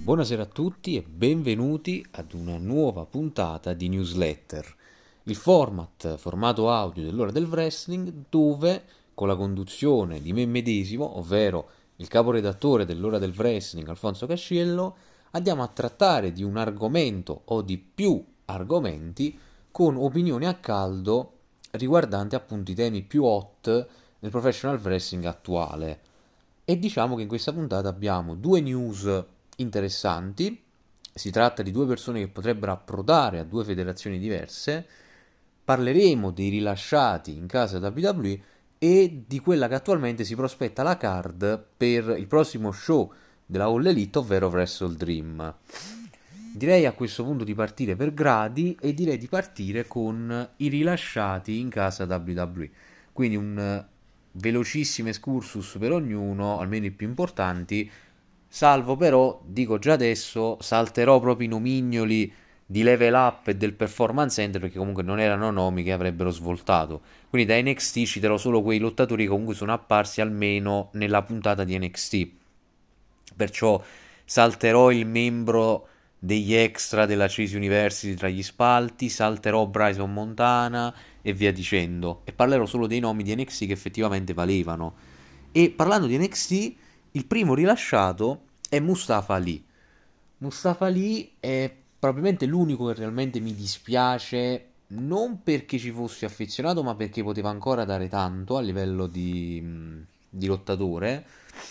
Buonasera a tutti e benvenuti ad una nuova puntata di Newsletter, il formato audio dell'ora del wrestling dove, con la conduzione di me medesimo, ovvero il caporedattore dell'ora del wrestling Alfonso Casciello, andiamo a trattare di un argomento o di più argomenti con opinioni a caldo riguardanti appunto i temi più hot del professional wrestling attuale. E diciamo che in questa puntata abbiamo due news interessanti. Si tratta di due persone che potrebbero approdare a due federazioni diverse. Parleremo dei rilasciati in casa WWE e di quella che attualmente si prospetta la card per il prossimo show della All Elite, ovvero Wrestle Dream. Direi a questo punto di partire per gradi e direi di partire con i rilasciati in casa WWE. Quindi un velocissimo excursus per ognuno, almeno i più importanti, salvo però, dico già adesso, salterò proprio i nomignoli di Level Up e del Performance Center perché comunque non erano nomi che avrebbero svoltato. Quindi da NXT citerò solo quei lottatori che comunque sono apparsi almeno nella puntata di NXT. Perciò salterò il membro degli extra della Chase University tra gli spalti, salterò Bryson Montana e via dicendo. E parlerò solo dei nomi di NXT che effettivamente valevano. E parlando di NXT, il primo rilasciato è Mustafa Ali. Mustafa Ali è probabilmente l'unico che realmente mi dispiace, non perché ci fossi affezionato, ma perché poteva ancora dare tanto a livello di lottatore.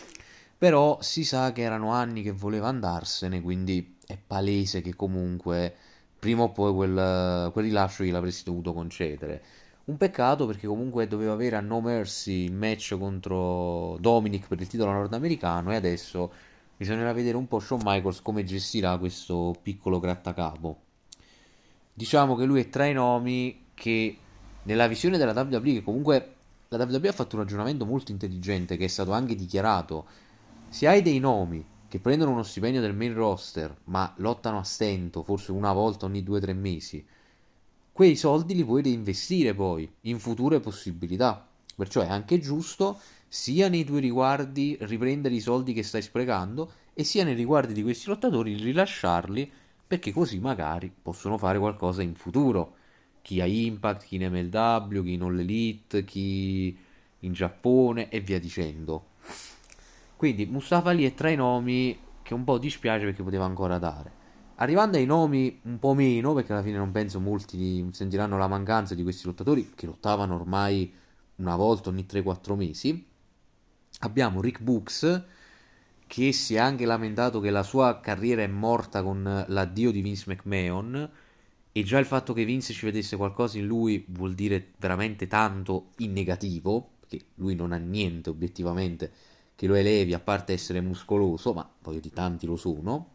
Però si sa che erano anni che voleva andarsene, quindi è palese che comunque prima o poi quel rilascio gliel'avresti dovuto concedere. Un peccato perché comunque doveva avere a No Mercy il match contro Dominic per il titolo nordamericano e adesso bisognerà vedere un po' Shawn Michaels come gestirà questo piccolo grattacapo. Diciamo che lui è tra i nomi che nella visione della WWE, che comunque la WWE ha fatto un ragionamento molto intelligente che è stato anche dichiarato. Se hai dei nomi che prendono uno stipendio del main roster ma lottano a stento, forse una volta ogni 2 o 3 mesi, quei soldi li puoi reinvestire poi in future possibilità. Perciò è anche giusto sia nei tuoi riguardi riprendere i soldi che stai sprecando e sia nei riguardi di questi lottatori rilasciarli perché così magari possono fare qualcosa in futuro. Chi ha Impact, chi in MLW, chi in All Elite, chi in Giappone e via dicendo. Quindi Mustafa Ali è tra i nomi che un po' dispiace perché poteva ancora dare. Arrivando ai nomi un po' meno, perché alla fine non penso molti sentiranno la mancanza di questi lottatori che lottavano ormai una volta ogni 3-4 mesi, abbiamo Rick Books che si è anche lamentato che la sua carriera è morta con l'addio di Vince McMahon e già il fatto che Vince ci vedesse qualcosa in lui vuol dire veramente tanto in negativo, perché lui non ha niente obiettivamente che lo elevi a parte essere muscoloso, ma poi di tanti lo sono.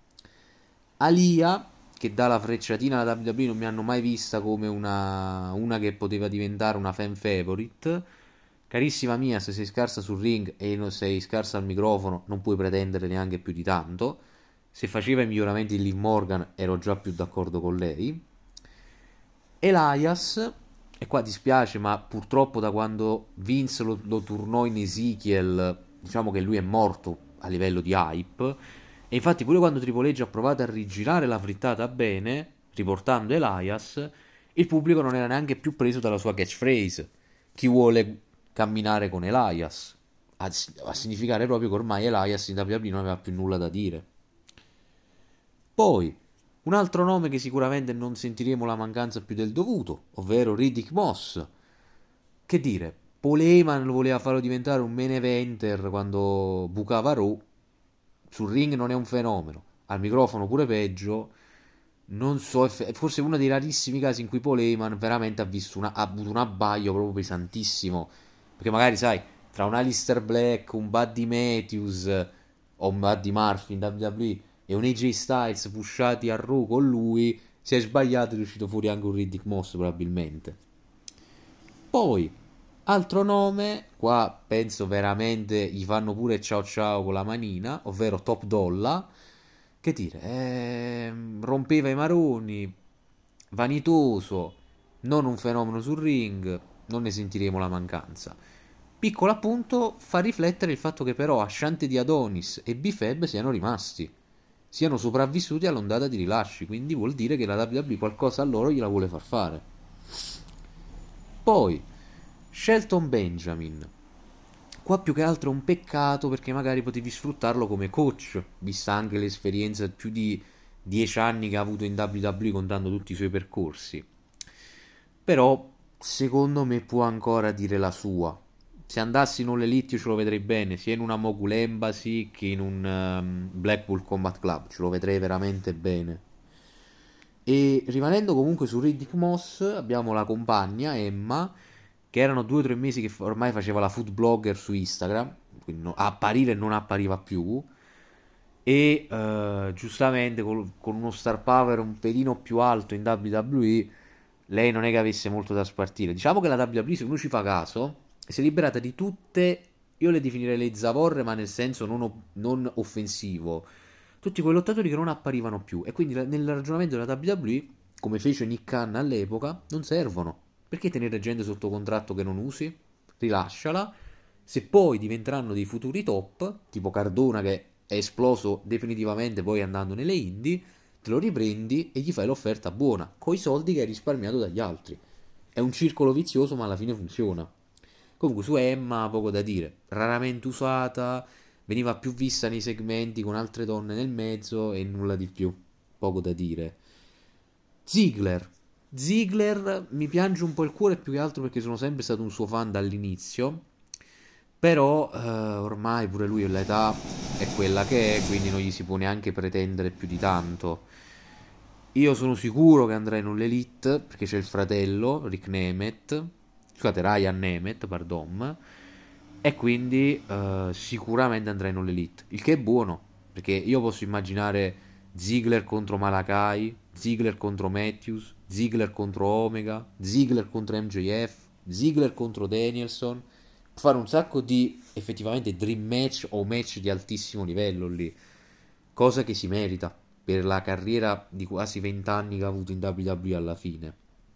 Alia, che dà la frecciatina alla WWE, non mi hanno mai vista come una che poteva diventare una fan favorite. Carissima mia, se sei scarsa sul ring e non sei scarsa al microfono, non puoi pretendere neanche più di tanto. Se faceva i miglioramenti di Liv Morgan, ero già più d'accordo con lei. Elias, e qua dispiace, ma purtroppo da quando Vince lo turnò in Ezekiel, diciamo che lui è morto a livello di hype. E infatti pure quando Triple H ha provato a rigirare la frittata bene, riportando Elias, il pubblico non era neanche più preso dalla sua catchphrase. Chi vuole camminare con Elias? A significare proprio che ormai Elias in WWE non aveva più nulla da dire. Poi, un altro nome che sicuramente non sentiremo la mancanza più del dovuto, ovvero Riddick Moss. Che dire, Paul Heyman lo voleva farlo diventare un main eventer quando bucava Raw. Sul ring non è un fenomeno, al microfono pure peggio. Non so, è forse uno dei rarissimi casi in cui Paul Heyman veramente ha avuto un abbaglio proprio pesantissimo. Perché magari, sai, tra un Alistair Black, un Buddy Matthews o un Buddy Murphy in WWE e un AJ Styles pushati a Raw con lui, si è sbagliato ed è uscito fuori anche un Riddick Moss probabilmente. Poi, altro nome, qua penso veramente gli fanno pure ciao ciao con la manina, ovvero Top Dolla, che dire, rompeva i maroni, vanitoso, non un fenomeno sul ring, non ne sentiremo la mancanza. Piccolo appunto fa riflettere il fatto che però Ashante di Adonis e B-Fab siano rimasti. siano sopravvissuti all'ondata di rilasci, quindi vuol dire che la WWE qualcosa a loro gliela vuole far fare. Poi, Shelton Benjamin. Qua più che altro è un peccato perché magari potevi sfruttarlo come coach, vista anche l'esperienza più di 10 anni che ha avuto in WWE contando tutti i suoi percorsi. Però secondo me può ancora dire la sua. Se andassi in un Elite io ce lo vedrei bene, sia in una Mogul Embassy che in un Blackpool Combat Club, ce lo vedrei veramente bene. E rimanendo comunque su Riddick Moss, abbiamo la compagna Emma, che erano 2 o 3 mesi che ormai faceva la food blogger su Instagram, quindi apparire non appariva più, e giustamente con uno star power un pelino più alto in WWE, lei non è che avesse molto da spartire. Diciamo che la WWE, se uno ci fa caso, si è liberata di tutte, io le definirei le zavorre, ma nel senso non offensivo, tutti quei lottatori che non apparivano più. E quindi nel ragionamento della WWE, come fece Nick Khan all'epoca, non servono. Perché tenere gente sotto contratto che non usi? Rilasciala. Se poi diventeranno dei futuri top, tipo Cardona che è esploso definitivamente poi andando nelle indie, te lo riprendi e gli fai l'offerta buona, coi soldi che hai risparmiato dagli altri. È un circolo vizioso, ma alla fine funziona. Comunque su Emma poco da dire, raramente usata, veniva più vista nei segmenti con altre donne nel mezzo e nulla di più, poco da dire. Ziggler. Ziggler mi piange un po' il cuore più che altro perché sono sempre stato un suo fan dall'inizio, però ormai pure lui l'età è quella che è, quindi non gli si può neanche pretendere più di tanto. Io sono sicuro che andrà in un Elite perché c'è il fratello Rick Nemeth, scusate, Ryan Nemeth, pardon, e quindi sicuramente andrà in un Elite, il che è buono perché io posso immaginare Ziggler contro Malakai, Ziggler contro Matthews, Ziggler contro Omega, Ziggler contro MJF, Ziggler contro Danielson, fare un sacco di effettivamente dream match o match di altissimo livello lì, cosa che si merita per la carriera di quasi 20 anni che ha avuto in WWE alla fine.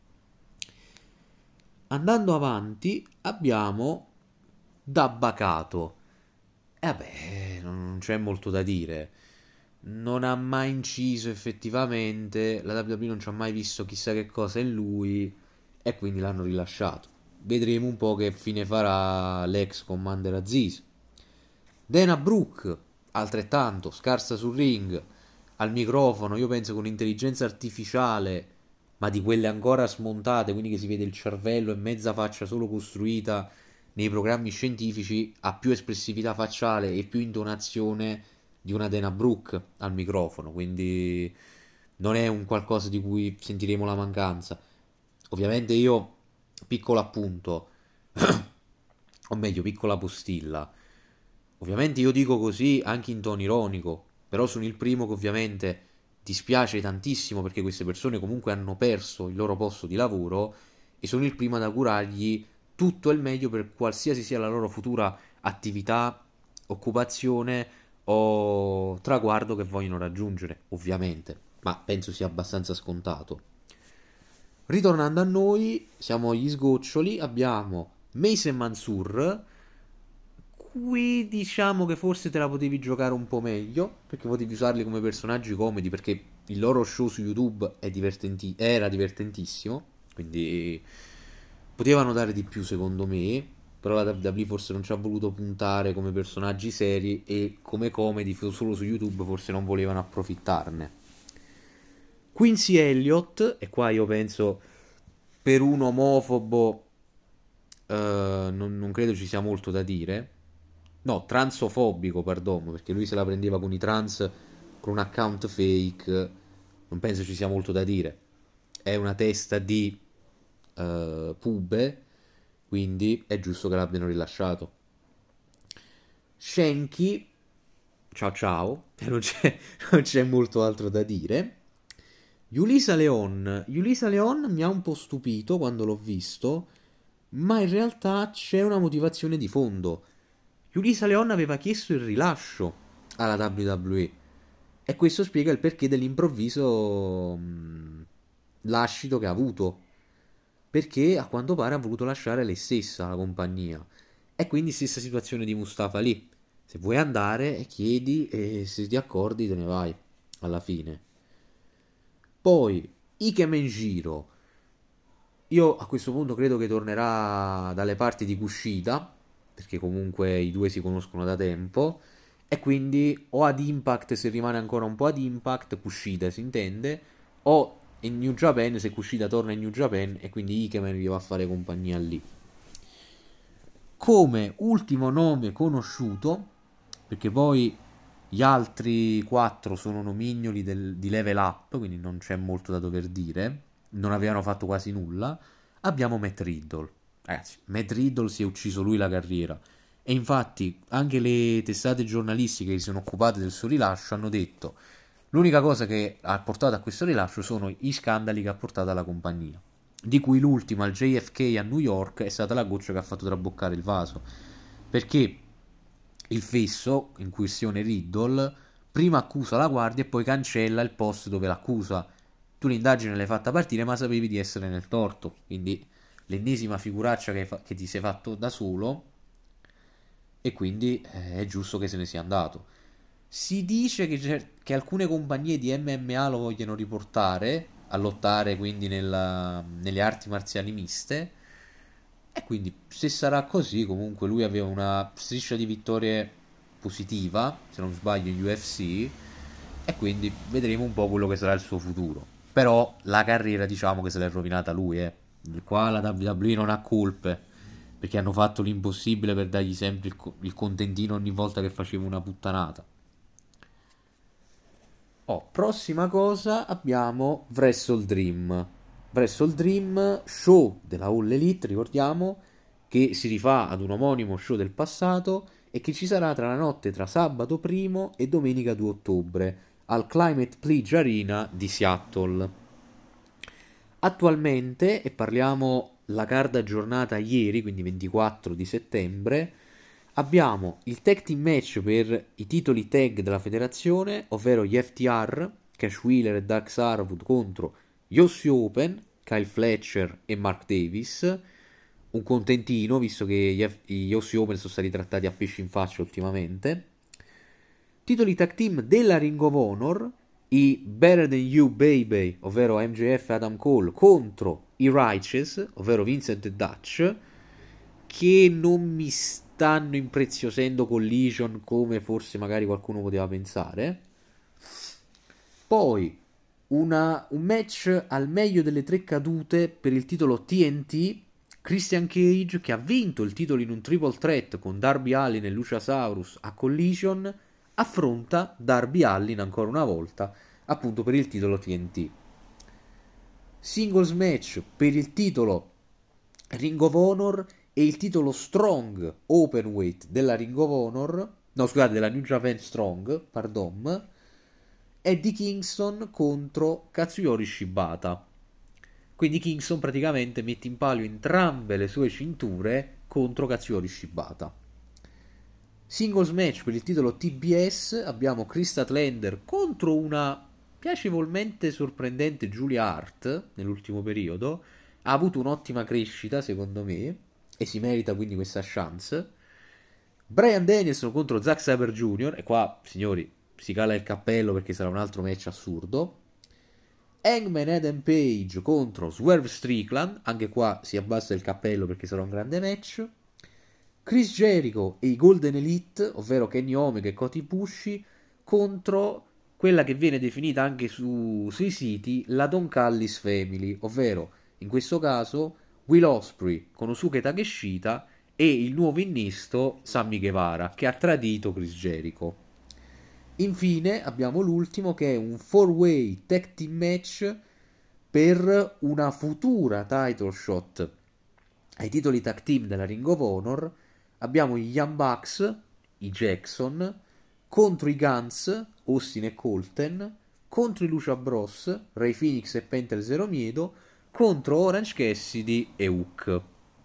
Andando avanti abbiamo Dabba-Kato. E vabbè, non c'è molto da dire. Non ha mai inciso effettivamente, la WWE non ci ha mai visto chissà che cosa in lui e quindi l'hanno rilasciato. Vedremo un po' che fine farà l'ex Commander Aziz. Dana Brooke, altrettanto, scarsa sul ring, al microfono, io penso con intelligenza artificiale, ma di quelle ancora smontate, quindi che si vede il cervello e mezza faccia solo costruita nei programmi scientifici, ha più espressività facciale e più intonazione di una Dana Brooke al microfono, quindi non è un qualcosa di cui sentiremo la mancanza. Ovviamente io, piccolo appunto, o meglio, piccola postilla. Ovviamente io dico così anche in tono ironico, però sono il primo che ovviamente dispiace tantissimo perché queste persone comunque hanno perso il loro posto di lavoro e sono il primo ad augurargli tutto il meglio per qualsiasi sia la loro futura attività, occupazione o traguardo che vogliono raggiungere, ovviamente, ma penso sia abbastanza scontato. Ritornando a noi, siamo agli sgoccioli, abbiamo Mace e Mansur. Qui diciamo che forse te la potevi giocare un po' meglio, perché potevi usarli come personaggi comedi, perché il loro show su YouTube era divertentissimo, quindi potevano dare di più secondo me, però la WWE forse non ci ha voluto puntare come personaggi seri e come comedy solo su YouTube forse non volevano approfittarne. Quincy Elliott, e qua io penso per un omofobo non credo ci sia molto da dire. No, transofobico, perdono, perché lui se la prendeva con i trans con un account fake. Non penso ci sia molto da dire. È una testa di pube, quindi è giusto che l'abbiano rilasciato. Shanky, ciao ciao, e non c'è molto altro da dire. Yulisa Leon mi ha un po' stupito quando l'ho visto, ma in realtà c'è una motivazione di fondo. Yulisa Leon aveva chiesto il rilascio alla WWE e questo spiega il perché dell'improvviso lascito che ha avuto, perché a quanto pare ha voluto lasciare lei stessa la compagnia e quindi stessa situazione di Mustafa lì. Se vuoi andare chiedi e se ti accordi te ne vai. alla fine. Poi Ike Menjiro, io a questo punto credo che tornerà dalle parti di Kushida, perché comunque i due si conoscono da tempo, e quindi o ad Impact se rimane ancora un po' ad Impact, Kushida si intende, o in New Japan se Kushida torna in New Japan e quindi Ikemen gli va a fare compagnia lì. Come ultimo nome conosciuto, perché poi gli altri quattro sono nomignoli di level up, quindi non c'è molto da dover dire, non avevano fatto quasi nulla, abbiamo Matt Riddle. Ragazzi, Matt Riddle si è ucciso lui la carriera. E infatti anche le testate giornalistiche che si sono occupate del suo rilascio hanno detto l'unica cosa che ha portato a questo rilascio sono i scandali che ha portato alla compagnia, di cui l'ultima al JFK a New York è stata la goccia che ha fatto traboccare il vaso, perché il fesso, in questione Riddle, prima accusa la guardia e poi cancella il post dove l'accusa. Tu l'indagine l'hai fatta partire ma sapevi di essere nel torto, quindi l'ennesima figuraccia che ti sei fatto da solo e quindi è giusto che se ne sia andato. Si dice che alcune compagnie di MMA lo vogliono riportare a lottare quindi nelle arti marziali miste. E quindi se sarà così, comunque lui aveva una striscia di vittorie positiva, se non sbaglio, in UFC. E quindi vedremo un po' quello che sarà il suo futuro. Però la carriera diciamo che se l'è rovinata lui, eh. Qua la WWE non ha colpe, perché hanno fatto l'impossibile per dargli sempre il contentino ogni volta che faceva una puttanata. Oh, prossima cosa abbiamo Wrestle Dream. Wrestle Dream, show della All Elite, ricordiamo, che si rifà ad un omonimo show del passato e che ci sarà tra la notte tra sabato 1 e domenica 2 ottobre al Climate Pledge Arena di Seattle. Attualmente, e parliamo la card aggiornata ieri, quindi 24 di settembre, abbiamo il tag team match per i titoli tag della federazione, ovvero gli FTR, Cash Wheeler e Dax Harwood contro gli Aussie Open, Kyle Fletcher e Mark Davis. Un contentino, visto che gli Aussie Open sono stati trattati a pesci in faccia ultimamente. Titoli tag team della Ring of Honor, i Better Than You Baby, ovvero MJF e Adam Cole, contro i Righteous, ovvero Vincent e Dutch, che non mi stanno impreziosendo Collision come forse magari qualcuno poteva pensare. Poi un match al meglio delle tre cadute per il titolo TNT. Christian Cage, che ha vinto il titolo in un triple threat con Darby Allin e Luchasaurus a Collision, affronta Darby Allin ancora una volta, appunto per il titolo TNT. Singles match per il titolo Ring of Honor e il titolo Strong Openweight della Ring of Honor, no scusate, della New Japan Strong, pardon, Eddie Kingston contro Katsuyori Shibata. Quindi Kingston praticamente mette in palio entrambe le sue cinture contro Katsuyori Shibata. Singles match per il titolo TBS abbiamo Chris Statlander contro una piacevolmente sorprendente Julia Hart nell'ultimo periodo. Ha avuto un'ottima crescita secondo me e si merita quindi questa chance. Bryan Danielson contro Zack Sabre Jr. e qua signori si cala il cappello perché sarà un altro match assurdo. Hangman Adam Page contro Swerve Strickland, anche qua si abbassa il cappello perché sarà un grande match. Chris Jericho e i Golden Elite, ovvero Kenny Omega e Kota Ibushi, contro quella che viene definita anche sui siti la Don Callis Family, ovvero in questo caso Will Ospreay, Konosuke Takeshita e il nuovo innesto Sammy Guevara che ha tradito Chris Jericho. Infine abbiamo l'ultimo che è un 4-way tag team match per una futura title shot ai titoli tag team della Ring of Honor. Abbiamo gli Young Bucks, i Jackson, contro i Guns, Austin e Colten, contro i Lucha Bros, Ray Phoenix e Pentel Zero Miedo, contro Orange Cassidy e Hook.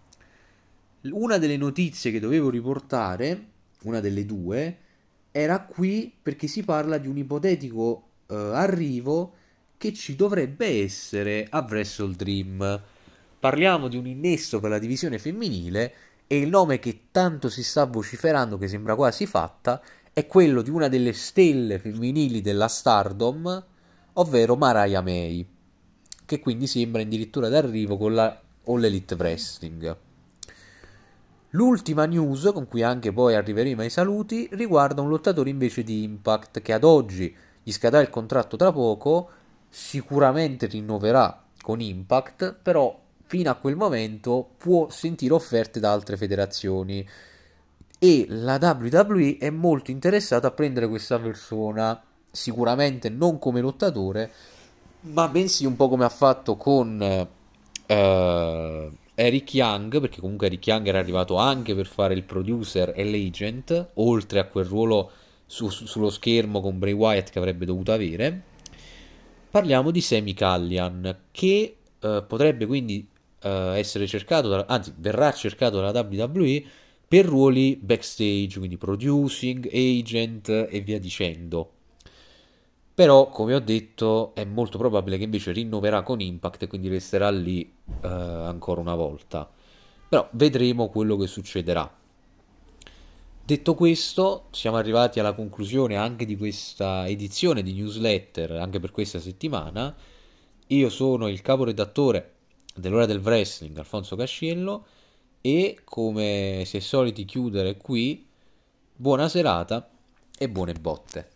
Una delle notizie che dovevo riportare, una delle due, era qui perché si parla di un ipotetico arrivo che ci dovrebbe essere a Wrestle Dream. Parliamo di un innesto per la divisione femminile e il nome che tanto si sta vociferando, che sembra quasi fatta, è quello di una delle stelle femminili della Stardom, ovvero Mariah May, che quindi sembra addirittura d'arrivo con la All Elite Wrestling. L'ultima news, con cui anche poi arriveremo ai saluti, riguarda un lottatore invece di Impact che ad oggi gli scadrà il contratto tra poco, sicuramente rinnoverà con Impact, però fino a quel momento può sentire offerte da altre federazioni e la WWE è molto interessata a prendere questa persona, sicuramente non come lottatore, ma bensì un po' come ha fatto con Eric Young, perché comunque Eric Young era arrivato anche per fare il producer e l'agent, oltre a quel ruolo sullo schermo con Bray Wyatt che avrebbe dovuto avere. Parliamo di Sami Callihan, che potrebbe quindi essere cercato, anzi verrà cercato dalla WWE per ruoli backstage, quindi producing, agent e via dicendo. Però, come ho detto, è molto probabile che invece rinnoverà con Impact e quindi resterà lì ancora una volta. Però vedremo quello che succederà. Detto questo, siamo arrivati alla conclusione anche di questa edizione di newsletter, anche per questa settimana. Io sono il caporedattore dell'Ora del Wrestling, Alfonso Casciello, e come si è soliti chiudere qui, buona serata e buone botte.